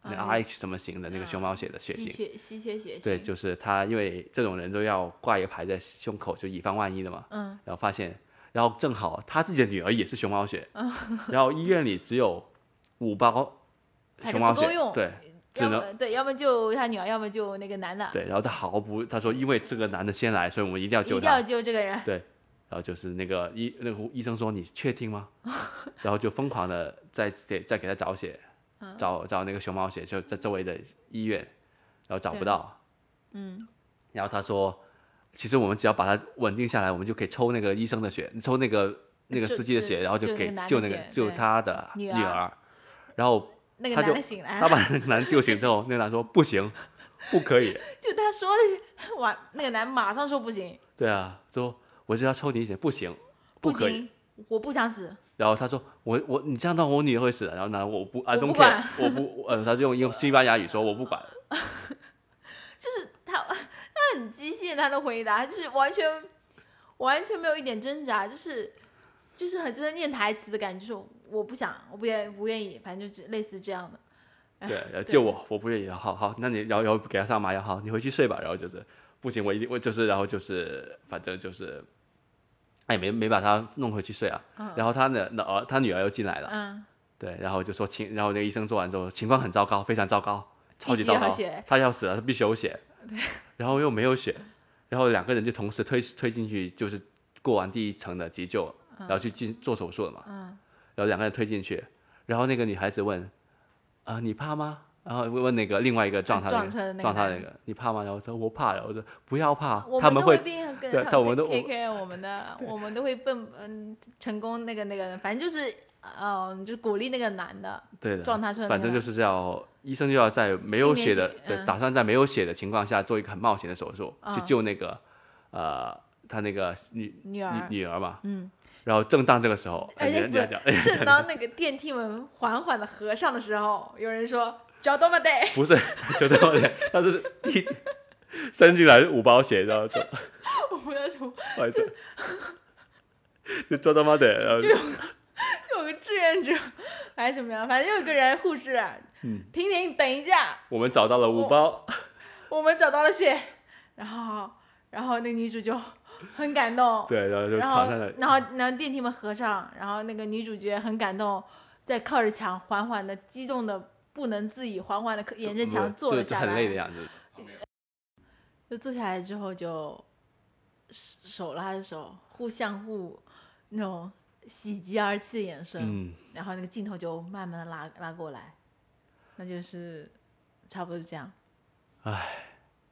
那 RH 什么型的那个熊猫血的血型， 稀缺血型。 对，就是他，因为这种人都要挂一个牌在胸口，就以防万一的嘛。然后发现，然后正好他自己的女儿也是熊猫血，然后医院里只有5包熊猫血，对，只能对，要么救他女儿，要么救那个男的。 对，然后他说因为这个男的先来，所以我们一定要救他， 一定要救这个人。 对，然后就是那个医生说你确定吗？然后就疯狂的再给他找血。找那个熊猫血，就在周围的医院，然后找不到，然后他说，其实我们只要把他稳定下来，我们就可以抽那个医生的血，抽那个司机的血，然后就给救他的女儿，然后那个男的醒来， 他把那个男救醒之后，那个男说不行，不可以， 就他说的，哇，那个男马上说不行， 对啊，说我就要抽你血，不行，不可以， 我不想死。 然后他说你这样的话我女儿会死的，然后呢我不 I don't 管 care， 我不他就用西班牙语说我不管， 就是他很机械，他的回答就是完全没有一点挣扎，就是很真的念台词的感觉，就是我不想，我不愿意，反正就类似这样的。 对，救我不愿意，好，那你然后给他上麻药，好，你回去睡吧，然后就是不行，我就是然后就是反正就是。哎，没把他弄回去睡啊，然后他女儿又进来了，对，然后就说然后那个医生做完之后情况很糟糕，非常糟糕，超级糟糕，他要死了，他必须有血， 对， 然后又没有血，然后2个人就同时推进去，就是过完第1层的急救，然后去做手术了嘛，然后2个人推进去，然后那个女孩子问，你怕吗？然后问那个另外一个撞他那个，你怕吗？然后说我怕，然后说不要怕，他们会对，我们都 take care 我们的，我们都会成功那个，反正就是就鼓励那个男的， 对的， 撞他车， 反正就是医生就要在没有血的，对，打算在没有血的情况下做一个很冒险的手术，去救那个他那个女儿嘛，然后正当这个时候， 正当那个电梯门缓缓的合上的时候，有人说。找到吗？对， 不是找到吗？他是伸进来5包血，然后就我不要说， 不好意思，就找到吗？对，然后就有个志愿者还是怎么样，反正有一个人护士，停，等一下， 我们找到了5包， 我们找到了血，然后那女主就很感动， 对，然后就躺下来， 然后电梯门合上，然后那个女主角很感动，在靠着墙缓缓的激动的。不能自已，缓缓的沿着墙坐了下来， 很累的样子。 就坐下来之后，就手拉着手，相互那种喜极而泣的眼神，然后那个镜头就慢慢的拉过来，那就是差不多这样。 唉，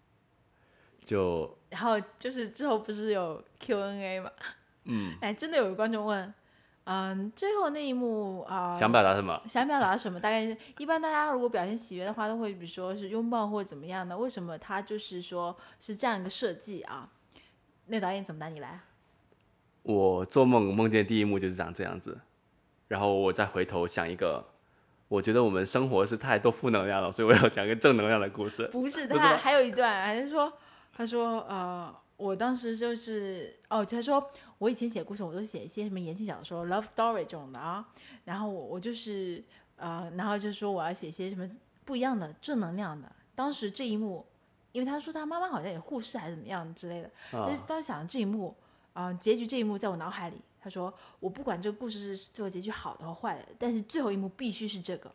然后就是之后不是有 Q&A 嘛？哎，真的有个观众问。最后那一幕想表达什么？ 想表达什么？大概是一般大家如果表现喜悦的话，都会比如说是拥抱或者怎么样的。为什么他就是说是这样一个设计啊？那导演怎么拿你来？ 我做梦见第一幕就是长这样子，然后我再回头想一个，我觉得我们生活是太多负能量了，所以我要讲一个正能量的故事。 不是，他还有一段，他说我当时就是他说我以前写故事我都写一些什么言情小说 love story 这种的啊，然后我就是然后就说我要写一些什么不一样的正能量的。当时这一幕，因为他说他妈妈好像也护士还是怎么样之类的，但是当时想这一幕结局这一幕在我脑海里，他说我不管这个故事是最后结局好的或坏的，但是最后一幕必须是这个。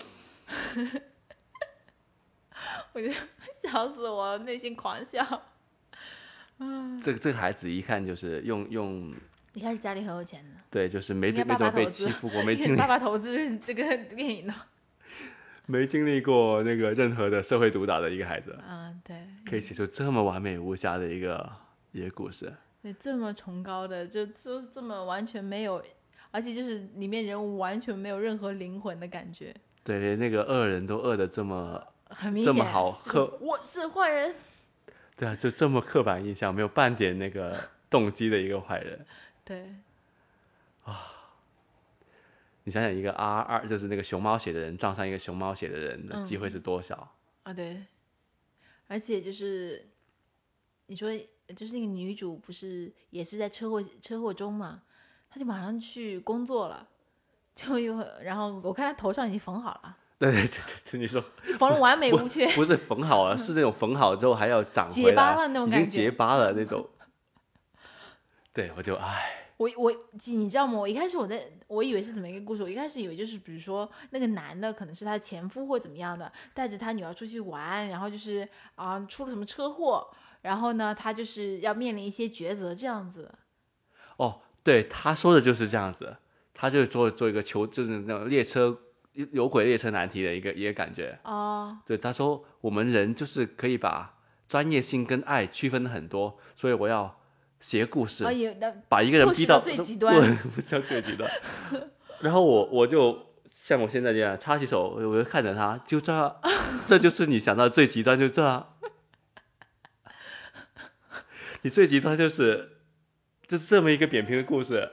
我就笑死我，内心狂笑。 这个孩子一看就是用一开始家里很有钱的， 对，就是没怎么被欺负过，没经历爸爸投资这个电影的， 没经历过那个任何的社会毒打的一个孩子， 对， 可以写出这么完美无瑕的一个故事， 对，这么崇高的，就这么完全没有，而且就是里面人物完全没有任何灵魂的感觉， 对，连那个恶人都恶的这么很明显， 这么好我是坏人。 对啊，就这么刻板印象，没有半点那个动机的一个坏人。 对。 你想想一个 R2就是那个熊猫血的人撞上一个熊猫血的人的机会是多少？ 对。而且就是你说就是那个女主不是也是在车祸中嘛，她就马上去工作了，然后我看她头上已经缝好了。 对对对对，你说缝了完美无缺， 不是缝好了，是那种缝好之后还要长回结巴来， 了那种感觉， 已经结巴了那种。对，我就你知道吗？我以为是怎么一个故事？我一开始以为就是比如说那个男的可能是他前夫或怎么样的，带着他女儿出去玩，然后就是出了什么车祸，然后呢他就是要面临一些抉择这样子。 哦，对，他说的就是这样子，他就做一个就是那种有轨列车难题的一个感觉。对，他说我们人就是可以把专业性跟爱区分很多，所以我要写故事，把一个人逼到最极端， 不叫最极端。然后我就像我现在这样插起手，我就看着他，就这就是你想到的最极端，就这。你最极端就是这么一个扁平的故事。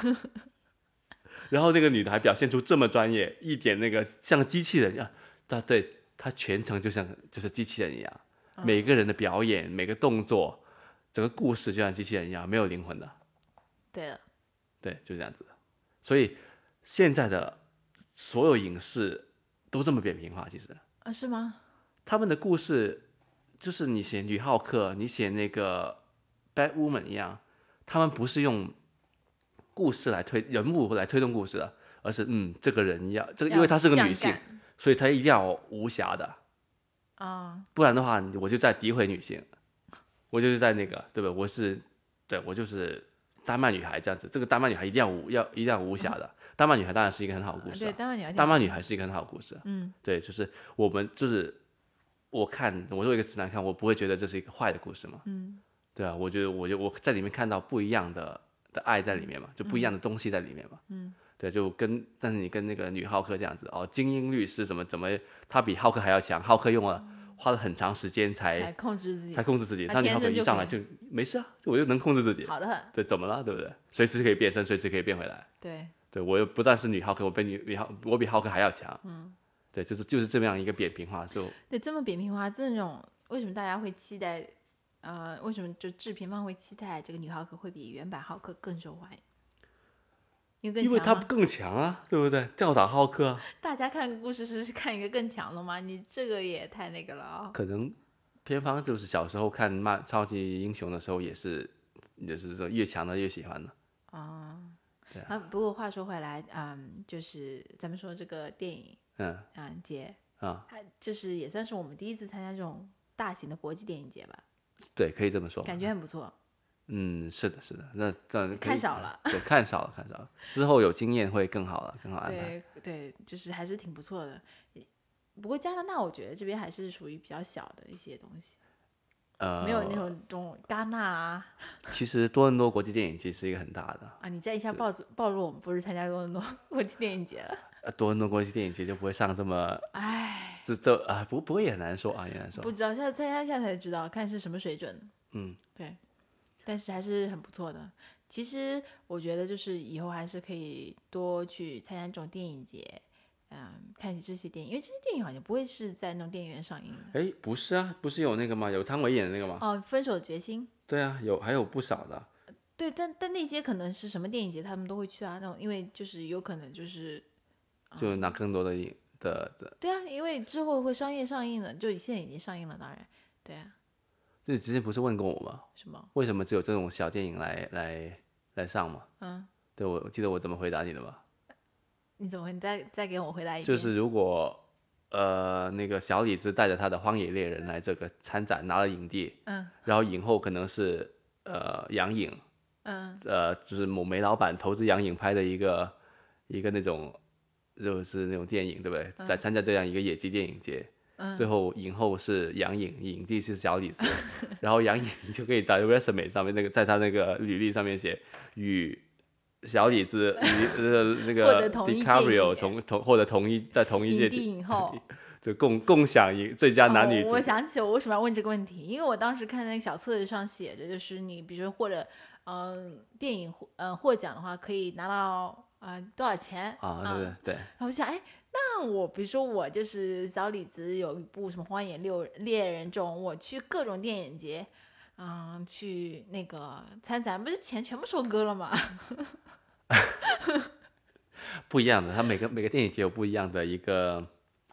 然后那个女的还表现出这么专业，一点那个像机器人一样，她全程就是机器人一样，每个人的表演，每个动作，整个故事就像机器人一样，没有灵魂的。 对了， 对，就这样子。所以现在的所有影视都这么扁平化，其实是吗？ 他们的故事就是你写女浩克，你写那个 Bad Woman 一样，他们不是用故事人物来推动故事的，而是这个人因为她是个女性，所以她一定要无瑕的不然的话我就在诋毁女性，我就是在那个对吧？我就是丹麦女孩这样子，这个丹麦女孩一定要无瑕的。丹麦女孩当然是一个很好的故事， 对， 丹麦女孩是一个很好的故事，对，就是我作为一个直男看，我不会觉得这是一个坏的故事嘛，对啊，我觉得我在里面看到不一样的爱在里面嘛，就不一样的东西在里面嘛，对，但是你跟那个女浩克这样子精英律师怎么她比浩克还要强，浩克花了很长时间才控制自己，那女浩克一上来就没事啊，我就能控制自己， 好的很， 对，怎么了，对不对？随时可以变身，随时可以变回来，对，我又不但是女浩克，我比浩克还要强，对，就是这么样一个扁平化， 对，这么扁平化，这种为什么大家会期待？为什么就制片方会期待这个女浩克会比原版浩克更受欢迎？ 因为他更强啊，对不对？吊打浩克， 大家看故事是看一个更强的吗？你这个也太那个了可能片方就是小时候看超级英雄的时候，也是说越强的越喜欢的。对啊。 不过话说回来，就是咱们说这个电影，节它就是也算是我们第一次参加这种大型的国际电影节吧。 对，可以这么说。 感觉很不错。 是的，那这样看少了， 对，看少了，之后有经验会更好了，更好安排。 对，就是还是挺不错的。不过加拿大，我觉得这边还是属于比较小的一些东西，没有那种戛纳啊。 其实多伦多国际电影节是一个很大的你这一下暴露我们不是参加多伦多国际电影节了。 多伦多国际电影节就不会上这么，不过也很难说啊，也难说。 不知道，参加下才知道，看是什么水准。对。但是还是很不错的。其实我觉得就是以后还是可以多去参加这种电影节，看这些电影，因为这些电影好像不会是在那种电影院上映的。 不是啊，不是有那个吗？有汤唯演的那个吗？ 分手的决心。 对啊，还有不少的。 对，但那些可能是什么电影节他们都会去啊，那种因为就是有可能就是就拿更多的对啊，因为之后会商业上映的，就现在已经上映了，当然对啊。 你之前不是问过我吗？ 什么？ 为什么只有这种小电影来上吗？对，我记得我怎么回答你的吗？ 你再给我回答一遍？ 就是如果那个小李子带着他的《荒野猎人》来这个参展拿了影帝，然后影后可能是杨颖，就是某煤老板投资杨颖拍的一个那种就是那种电影，对不对？在参加这样一个野鸡电影节。最后影后是杨颖，影帝是小李子，然后杨颖就可以在 resume 上面在他那个履历上面写与小李子那个 DiCaprio 获得同一届影帝影后， 就共享最佳男女主。 我想起我为什么要问这个问题，因为我当时看那个小册子上写着，就是你比如说或者电影获奖的话，可以拿到多少钱对。 然后我想那我比如说我就是小李子有一部什么《荒野猎人》这种，我去各种电影节，去那个参展，不是钱全部收割了吗？ 不一样的，他每个电影节有不一样的一个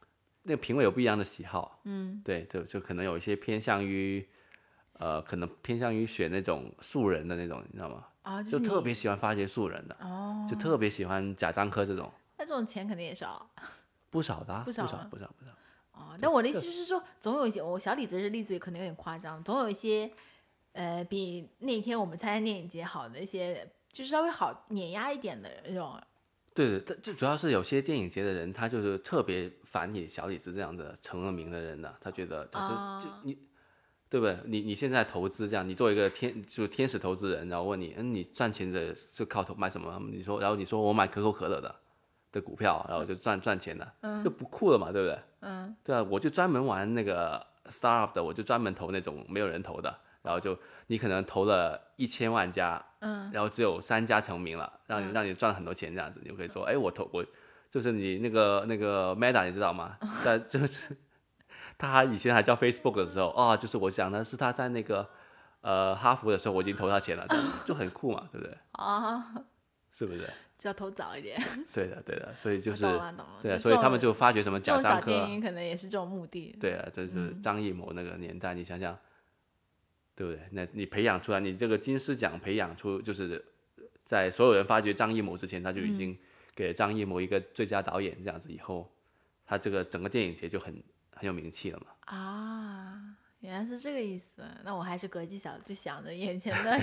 那个评委有不一样的喜好，对，就可能有一些偏向于可能偏向于选那种素人的那种，你知道吗？就特别喜欢发掘素人的，就特别喜欢贾樟柯这种。 那这种钱肯定也少， 不少的、 不少。 但我的意思就是说，总有一些，我小李子这例子也可能有点夸张，总有一些比那天我们参加电影节好的一些，就是稍微好碾压一点的那种。 对，就主要是有些电影节的人，他就是特别烦你小李子这样的成了名的人的，他觉得就你，对不对？你现在投资这样，你作为一个天使投资人，然后问你，你赚钱的是靠买什么？然后你说我买可口可乐的股票，然后就赚钱的，就不酷了嘛，对不对？对啊，我就专门玩那个 startup 的，我就专门投那种没有人投的。然后就你可能投了1000万家，然后只有3家成名了，让你赚了很多钱这样子，你就可以说，哎，我就是你那个 Meta 你知道吗？就是他以前还叫 Facebook 的时候，就是我讲的是他在那个哈佛的时候，我已经投他钱了，就很酷嘛，对不对？是不是？ 就要投早一点。 对的，所以就是懂了。 对啊，所以他们就发掘什么贾樟柯， 这种小电影可能也是这种目的。 对啊，这是张艺谋那个年代，你想想。对不对？那你培养出来，你这个金狮奖培养出，就是在所有人发掘张艺谋之前，他就已经给了张艺谋一个最佳导演，这样子以后，他这个整个电影节就很有名气了嘛。 原来是这个意思。那我还是国际小，就想着眼前的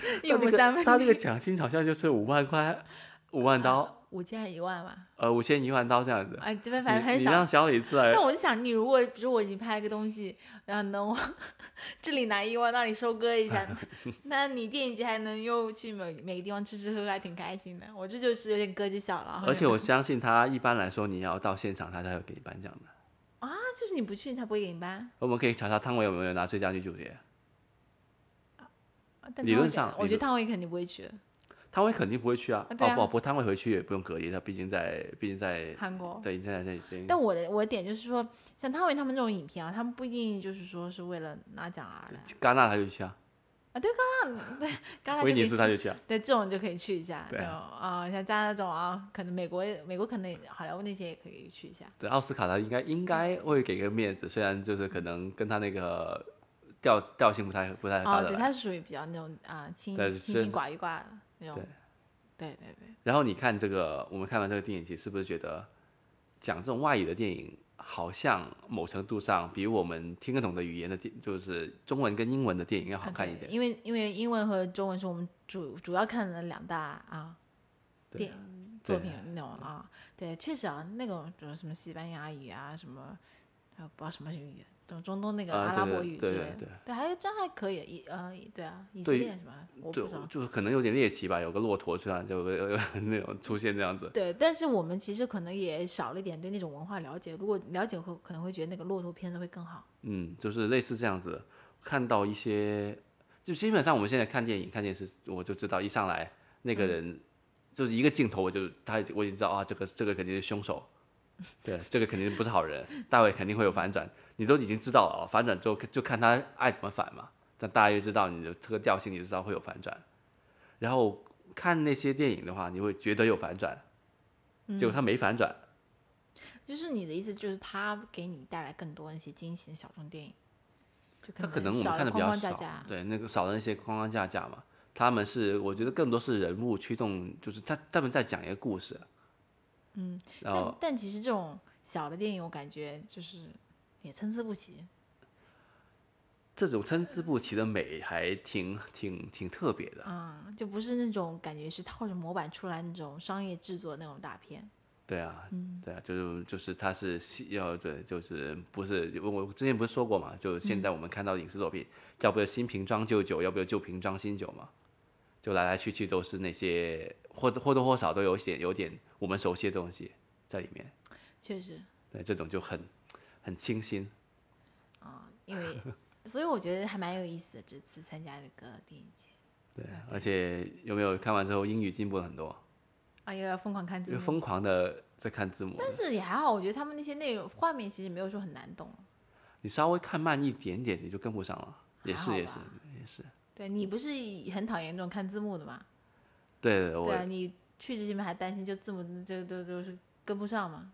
1亩3分地。 他这个奖金好像就是5万块，5万刀。 5000还1万吧 ？5000、1万刀这样子。 这边反正很少。 你让小李子来。 但我就想，你如果比如我已经拍了个东西，然后能往这里拿1万，那里收割一下，那你电影节还能又去每个地方吃吃喝喝，还挺开心的。我这就是有点歌就小了。 而且我相信他一般来说，你要到现场，他才会给你颁奖的。 就是你不去，他不会给你颁。 我们可以查查汤唯有没有拿最佳女主角。理论上， 我觉得汤唯肯定不会去的。 汤唯肯定不会去啊！不过汤唯回去也不用隔离，他毕竟在韩国。 对，现在在。 但我的点就是说，像汤唯他们这种影片他们不一定就是说是为了拿奖而来。 戛纳他就去啊。 对，戛纳威尼斯他就去啊。 对，这种就可以去一下。 对像戛纳这种可能美国可能好莱坞那些也可以去一下。 对，奥斯卡他应该会给个面子，虽然就是可能跟他那个调性不太搭的。 对，他是属于比较那种清心寡欲挂的那种。对。 然后你看这个，我们看完这个电影节，是不是觉得讲这种外语的电影，好像某程度上比我们听得懂的语言的就是中文跟英文的电影要好看一点？ 因为英文和中文是我们主要看的2大电影作品那种对，确实那种比如什么西班牙语什么不知道什么语言。中东那个阿拉伯语之类的，对，还可以，对啊，以色列什么，我不知道， 就可能有点猎奇吧，有个骆驼出来，就那种出现这样子。 对，但是我们其实可能也少了一点对那种文化了解，如果了解后，可能会觉得那个骆驼片子会更好。 就是类似这样子，看到一些，就基本上我们现在看电影、看电视，我就知道一上来那个人就是一个镜头，我已经知道这个肯定是凶手。对，这个肯定不是好人，待会肯定会有反转，你都已经知道了反转之后就看他爱怎么反嘛。但大家也知道你的这个调性，你就知道会有反转。然后看那些电影的话，你会觉得有反转，结果他没反转。 就是你的意思，就是他给你带来更多那些惊喜的小众电影， 他可能我们看的比较少，对，那个少了那些框框架架嘛。他们是我觉得更多是人物驱动，就是他们在讲一个故事。 但其实这种小的电影，我感觉就是也参差不齐。 这种参差不齐的美还挺特别的就不是那种感觉是套着模板出来那种商业制作那种大片。 对啊，就是它是对，就是不是我之前不是说过嘛？就现在我们看到影视作品，要不要新瓶装旧酒，要不要旧瓶装新酒嘛？就来来去去都是那些或多或少都有点我们熟悉的东西在里面。 确实。对， 这种就很清新。 因为所以我觉得还蛮有意思的，这次参加这个电影节。 对，而且有没有看完之后英语进步了很多？ 又要疯狂看字幕。 疯狂的在看字幕。 但是也还好，我觉得他们那些内容画面其实没有说很难懂。 你稍微看慢一点点，你就跟不上了。也是。 对，你不是很讨厌那种看字幕的吗？ 对， 对啊，你去之前还担心就字幕都是跟不上嘛。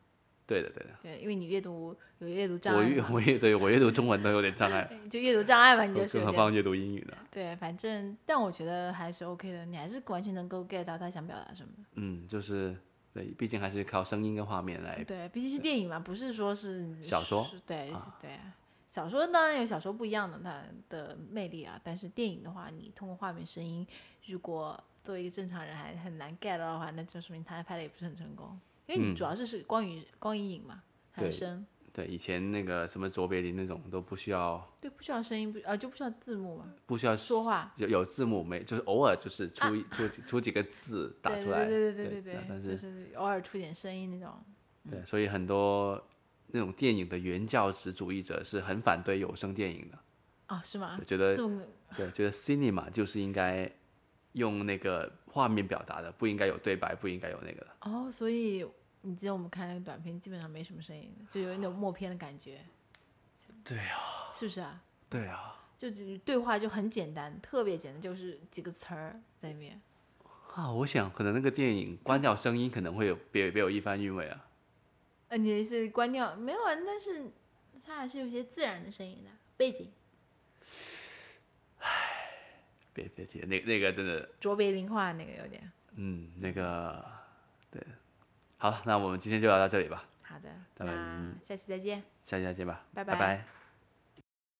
对的，对的。 对，因为你有阅读障碍嘛， 我阅读中文都有点障碍， 就阅读障碍嘛，你就是更何况阅读英语呢？ 对，反正但我觉得还是 OK 的，你还是完全能够 get 到他想表达什么的。 就是对，毕竟还是靠声音跟画面来。 对，毕竟是电影嘛，不是说是小说。 对对，小说当然有小说不一样的它的魅力啊，但是电影的话，你通过画面、声音，如果作为一个正常人还很难 get 到的话，那就说明他拍的也不是很成功，因为你主要是光与影嘛，还有声。 对，以前那个什么卓别林那种都不需要， 对，不需要声音，就不需要字幕嘛， 不需要说话， 有字幕没，就是偶尔就是出几个字打出来， 对， 但就是偶尔出点声音那种。 对，所以很多那种电影的原教旨主义者是很反对有声电影的。 哦，是吗？ 觉得 cinema 就是应该用那个画面表达的，不应该有对白，不应该有那个的。 哦，所以你记得我们看那个短片，基本上没什么声音的，就有那种默片的感觉。 对啊， 是不是啊？ 对啊， 就对话就很简单，特别简单，就是几个词儿在里面。 我想可能那个电影关掉声音可能会有别有一番韵味啊。 你的是关掉没有啊？但是它还是有些自然的声音的背景。 别提那个真的卓别林化那个有点。 那个对。好，那我们今天就聊到这里吧。 好的， 咱们那下期再见。 下期再见吧， 拜拜拜。